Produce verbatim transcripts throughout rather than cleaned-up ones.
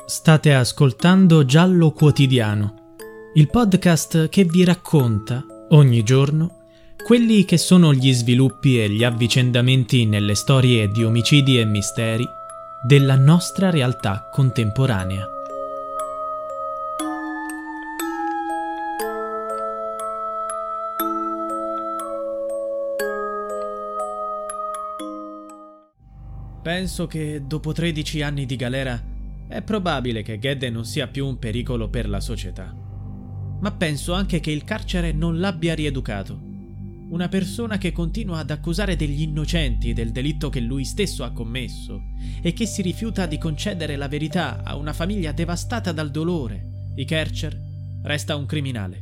State ascoltando Giallo Quotidiano, il podcast che vi racconta, ogni giorno, quelli che sono gli sviluppi e gli avvicendamenti nelle storie di omicidi e misteri della nostra realtà contemporanea. Penso che dopo tredici anni di galera è probabile che Gede non sia più un pericolo per la società. Ma penso anche che il carcere non l'abbia rieducato. Una persona che continua ad accusare degli innocenti del delitto che lui stesso ha commesso e che si rifiuta di concedere la verità a una famiglia devastata dal dolore di Kercher resta un criminale.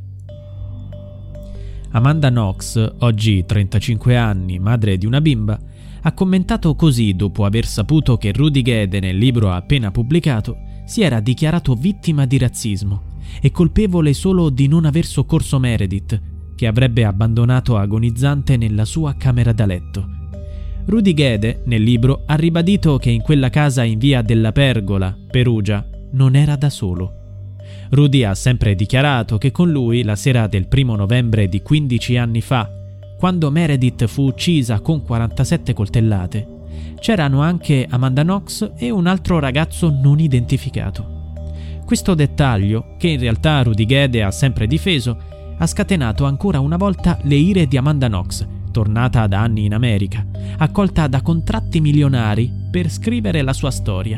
Amanda Knox, oggi trentacinque anni, madre di una bimba, ha commentato così dopo aver saputo che Rudy Gede, nel libro appena pubblicato, si era dichiarato vittima di razzismo e colpevole solo di non aver soccorso Meredith, che avrebbe abbandonato agonizzante nella sua camera da letto. Rudy Gede, nel libro, ha ribadito che in quella casa in via della Pergola, Perugia, non era da solo. Rudy ha sempre dichiarato che con lui, la sera del primo novembre di quindici anni fa, quando Meredith fu uccisa con quarantasette coltellate, c'erano anche Amanda Knox e un altro ragazzo non identificato. Questo dettaglio, che in realtà Rudy Gede ha sempre difeso, ha scatenato ancora una volta le ire di Amanda Knox, tornata da anni in America, accolta da contratti milionari per scrivere la sua storia.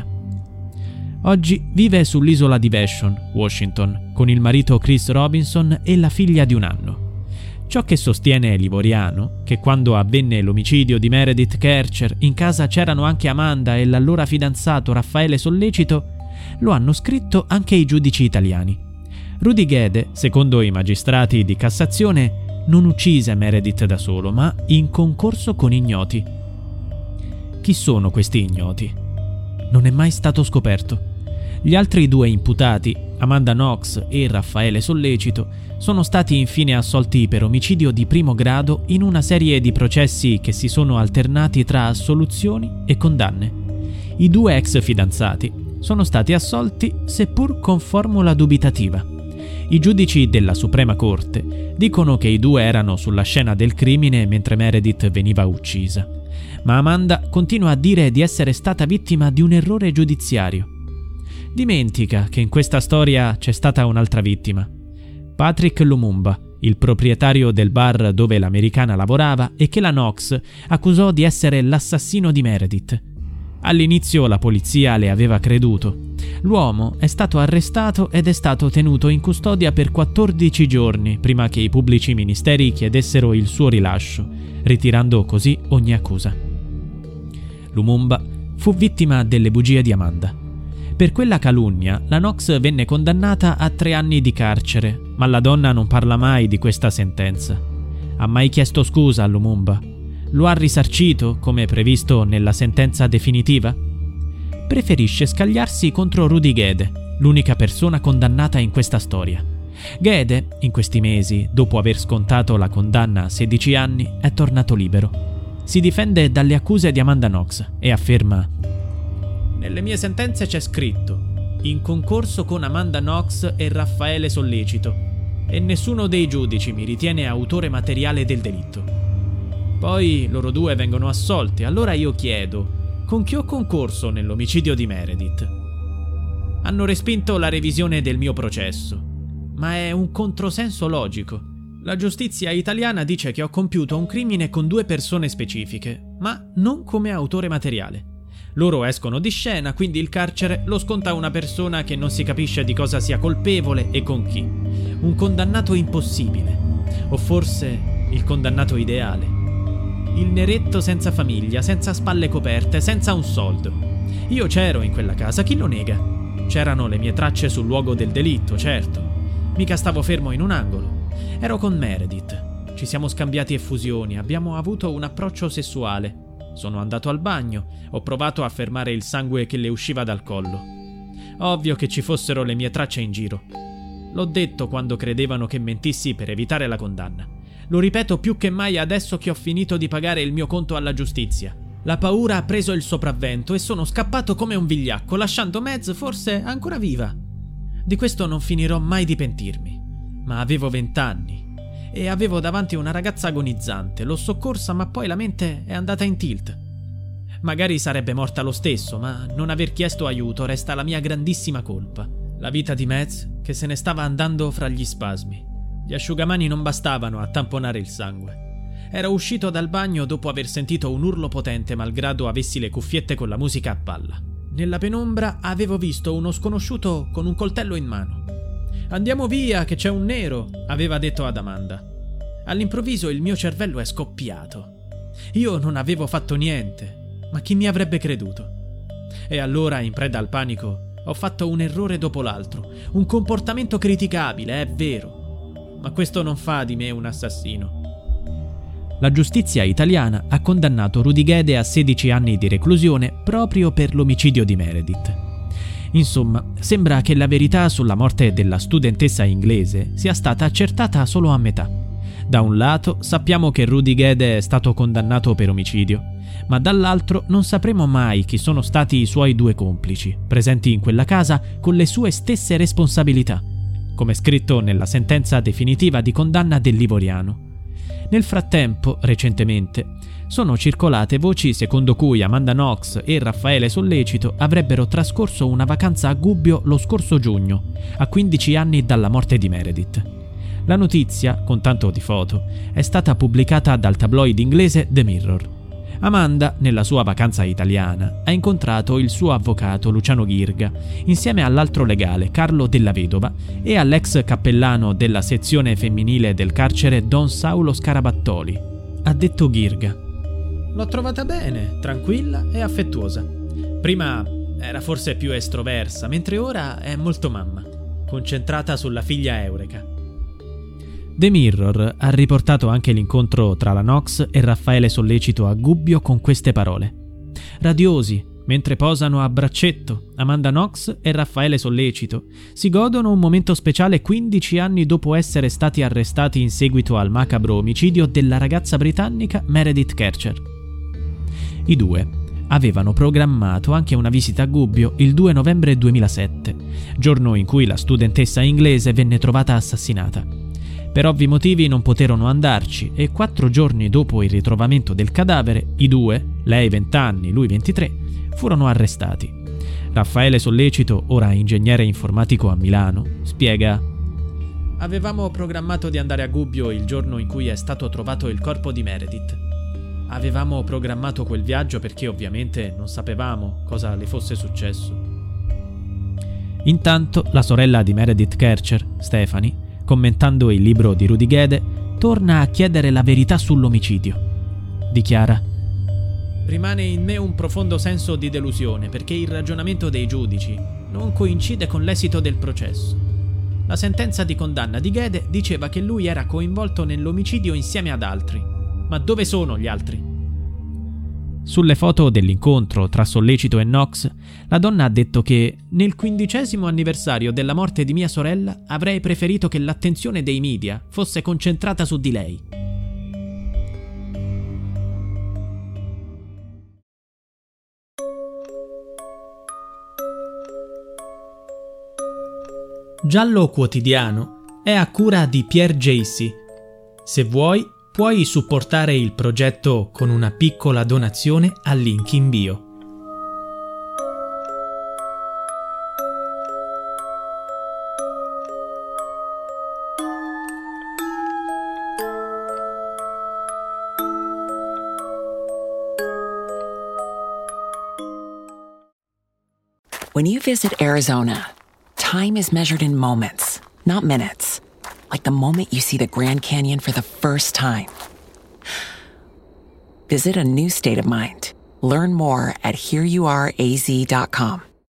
Oggi vive sull'isola di Vashon, Washington, con il marito Chris Robinson e la figlia di un anno. Ciò che sostiene Livoriano, che quando avvenne l'omicidio di Meredith Kercher in casa c'erano anche Amanda e l'allora fidanzato Raffaele Sollecito, lo hanno scritto anche i giudici italiani. Rudy Gede, secondo i magistrati di Cassazione, non uccise Meredith da solo, ma in concorso con ignoti. Chi sono questi ignoti? Non è mai stato scoperto. Gli altri due imputati, Amanda Knox e Raffaele Sollecito, sono stati infine assolti per omicidio di primo grado in una serie di processi che si sono alternati tra assoluzioni e condanne. I due ex fidanzati sono stati assolti seppur con formula dubitativa. I giudici della Suprema Corte dicono che i due erano sulla scena del crimine mentre Meredith veniva uccisa, ma Amanda continua a dire di essere stata vittima di un errore giudiziario. Dimentica che in questa storia c'è stata un'altra vittima. Patrick Lumumba, il proprietario del bar dove l'americana lavorava e che la Knox accusò di essere l'assassino di Meredith. All'inizio la polizia le aveva creduto. L'uomo è stato arrestato ed è stato tenuto in custodia per quattordici giorni prima che i pubblici ministeri chiedessero il suo rilascio, ritirando così ogni accusa. Lumumba fu vittima delle bugie di Amanda. Per quella calunnia, la Knox venne condannata a tre anni di carcere, ma la donna non parla mai di questa sentenza. Ha mai chiesto scusa a Lumumba? Lo ha risarcito, come previsto nella sentenza definitiva? Preferisce scagliarsi contro Rudy Gede, l'unica persona condannata in questa storia. Gede, in questi mesi, dopo aver scontato la condanna a sedici anni, è tornato libero. Si difende dalle accuse di Amanda Knox e afferma: nelle mie sentenze c'è scritto in concorso con Amanda Knox e Raffaele Sollecito e nessuno dei giudici mi ritiene autore materiale del delitto. Poi loro due vengono assolti, allora io chiedo: con chi ho concorso nell'omicidio di Meredith? Hanno respinto la revisione del mio processo, ma è un controsenso logico. La giustizia italiana dice che ho compiuto un crimine con due persone specifiche, ma non come autore materiale. Loro escono di scena, quindi il carcere lo sconta una persona che non si capisce di cosa sia colpevole e con chi. Un condannato impossibile. O forse il condannato ideale. Il neretto senza famiglia, senza spalle coperte, senza un soldo. Io c'ero in quella casa, chi lo nega? C'erano le mie tracce sul luogo del delitto, certo. Mica stavo fermo in un angolo. Ero con Meredith. Ci siamo scambiati effusioni, abbiamo avuto un approccio sessuale. Sono andato al bagno, ho provato a fermare il sangue che le usciva dal collo. Ovvio che ci fossero le mie tracce in giro. L'ho detto quando credevano che mentissi per evitare la condanna. Lo ripeto più che mai adesso che ho finito di pagare il mio conto alla giustizia. La paura ha preso il sopravvento e sono scappato come un vigliacco, lasciando Mads forse ancora viva. Di questo non finirò mai di pentirmi. Ma avevo vent'anni e avevo davanti una ragazza agonizzante. L'ho soccorsa, ma poi la mente è andata in tilt. Magari sarebbe morta lo stesso, ma non aver chiesto aiuto resta la mia grandissima colpa. La vita di Mads che se ne stava andando fra gli spasmi. Gli asciugamani non bastavano a tamponare il sangue. Ero uscito dal bagno dopo aver sentito un urlo potente malgrado avessi le cuffiette con la musica a palla. Nella penombra avevo visto uno sconosciuto con un coltello in mano. «Andiamo via, che c'è un nero», aveva detto ad Amanda. All'improvviso il mio cervello è scoppiato. Io non avevo fatto niente, ma chi mi avrebbe creduto? E allora, in preda al panico, ho fatto un errore dopo l'altro, un comportamento criticabile, è vero, ma questo non fa di me un assassino. La giustizia italiana ha condannato Rudy Guede a sedici anni di reclusione proprio per l'omicidio di Meredith. Insomma, sembra che la verità sulla morte della studentessa inglese sia stata accertata solo a metà. Da un lato sappiamo che Rudy Guede è stato condannato per omicidio, ma dall'altro non sapremo mai chi sono stati i suoi due complici, presenti in quella casa con le sue stesse responsabilità, come scritto nella sentenza definitiva di condanna dell'Ivoriano. Nel frattempo, recentemente, sono circolate voci secondo cui Amanda Knox e Raffaele Sollecito avrebbero trascorso una vacanza a Gubbio lo scorso giugno, a quindici anni dalla morte di Meredith. La notizia, con tanto di foto, è stata pubblicata dal tabloid inglese The Mirror. Amanda, nella sua vacanza italiana, ha incontrato il suo avvocato Luciano Ghirga, insieme all'altro legale Carlo Della Vedova e all'ex cappellano della sezione femminile del carcere Don Saulo Scarabattoli. Ha detto Ghirga: «L'ho trovata bene, tranquilla e affettuosa. Prima era forse più estroversa, mentre ora è molto mamma, concentrata sulla figlia Eureka». The Mirror ha riportato anche l'incontro tra la Knox e Raffaele Sollecito a Gubbio con queste parole: «Radiosi, mentre posano a braccetto, Amanda Knox e Raffaele Sollecito si godono un momento speciale quindici anni dopo essere stati arrestati in seguito al macabro omicidio della ragazza britannica Meredith Kercher». I due avevano programmato anche una visita a Gubbio il due novembre duemilasette, giorno in cui la studentessa inglese venne trovata assassinata. Per ovvi motivi non poterono andarci e quattro giorni dopo il ritrovamento del cadavere, i due, lei venti anni, lui ventitré, furono arrestati. Raffaele Sollecito, ora ingegnere informatico a Milano, spiega: «Avevamo programmato di andare a Gubbio il giorno in cui è stato trovato il corpo di Meredith. Avevamo programmato quel viaggio perché ovviamente non sapevamo cosa le fosse successo». Intanto la sorella di Meredith Kercher, Stephanie, commentando il libro di Rudy Guede, torna a chiedere la verità sull'omicidio. Dichiara: «Rimane in me un profondo senso di delusione perché il ragionamento dei giudici non coincide con l'esito del processo. La sentenza di condanna di Guede diceva che lui era coinvolto nell'omicidio insieme ad altri. Ma dove sono gli altri?» Sulle foto dell'incontro tra Sollecito e Knox, la donna ha detto che «nel quindicesimo anniversario della morte di mia sorella avrei preferito che l'attenzione dei media fosse concentrata su di lei». Giallo Quotidiano è a cura di Pierre Jacy. Se vuoi, puoi supportare il progetto con una piccola donazione al link in bio. When you visit Arizona, time is measured in moments, not minutes. Like the moment you see the Grand Canyon for the first time. Visit a new state of mind. Learn more at here you are a z dot com.